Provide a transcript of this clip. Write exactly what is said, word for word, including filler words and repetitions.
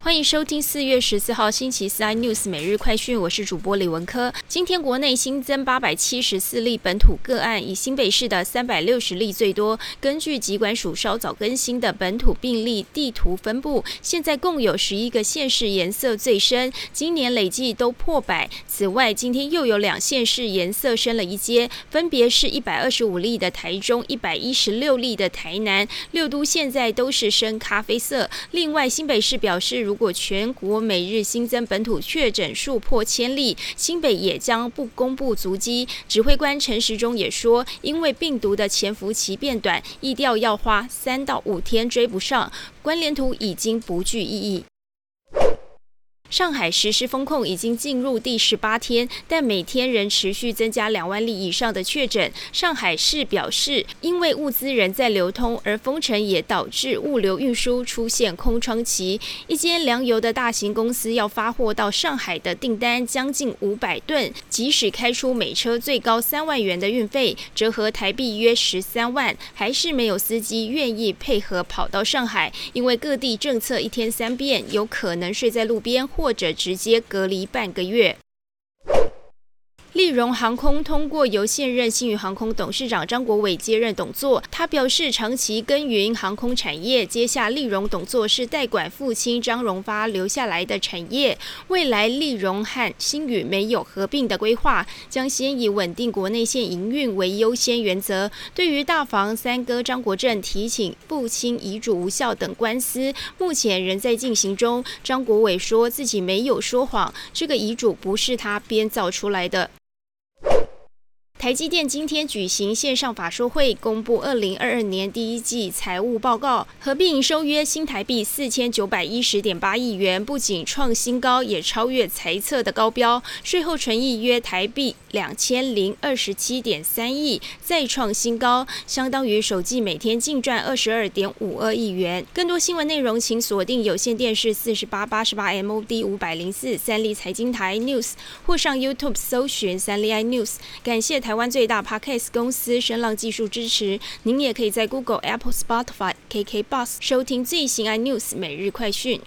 欢迎收听四月十四号星期四 iNews 每日快讯，我是主播李文科。今天国内新增八百七十四例本土个案，以新北市的三百六十例最多。根据疾管署稍早更新的本土病例地图分布，现在共有十一个县市颜色最深，今年累计都破百。此外，今天又有两县市颜色升了一阶，分别是一百二十五例的台中、一百一十六例的台南，六都现在都是深咖啡色。另外，新北市表示，如果全国每日新增本土确诊数破千例，新北也将不公布足迹。指挥官陈时中也说，因为病毒的潜伏期变短，疫调要花三到五天追不上，关联图已经不具意义。上海实施封控已经进入第十八天，但每天仍持续增加两万例以上的确诊。上海市表示，因为物资仍在流通，而封城也导致物流运输出现空窗期。一间粮油的大型公司要发货到上海的订单将近五百吨，即使开出每车最高三万元的运费，折合台币约十三万，还是没有司机愿意配合跑到上海，因为各地政策一天三变，有可能睡在路边，或者直接隔离半个月。立荣航空通过由现任星宇航空董事长张国伟接任董座，他表示长期耕耘航空产业，接下立荣董座是代管父亲张荣发留下来的产业。未来立荣和星宇没有合并的规划，将先以稳定国内线营运为优先原则。对于大房三哥张国政提请父亲遗嘱无效等官司，目前仍在进行中。张国伟说自己没有说谎，这个遗嘱不是他编造出来的。台积电今天举行线上法说会，公布二零二二年第一季财务报告，合并营收约新台币四千九百一十点八亿元，不仅创新高，也超越财测的高标。税后纯益约台币两千零二十七点三亿，再创新高，相当于首季每天净赚二十二点五二亿元。更多新闻内容，请锁定有线电视四十八八十八 M O D 五百零四三立财经台 News， 或上 YouTube 搜寻三立 iNews。感谢台湾最大 Podcast 公司声浪技术支持，您也可以在 Google、Apple、Spotify、K K Bus 收听最新 iNews 每日快讯。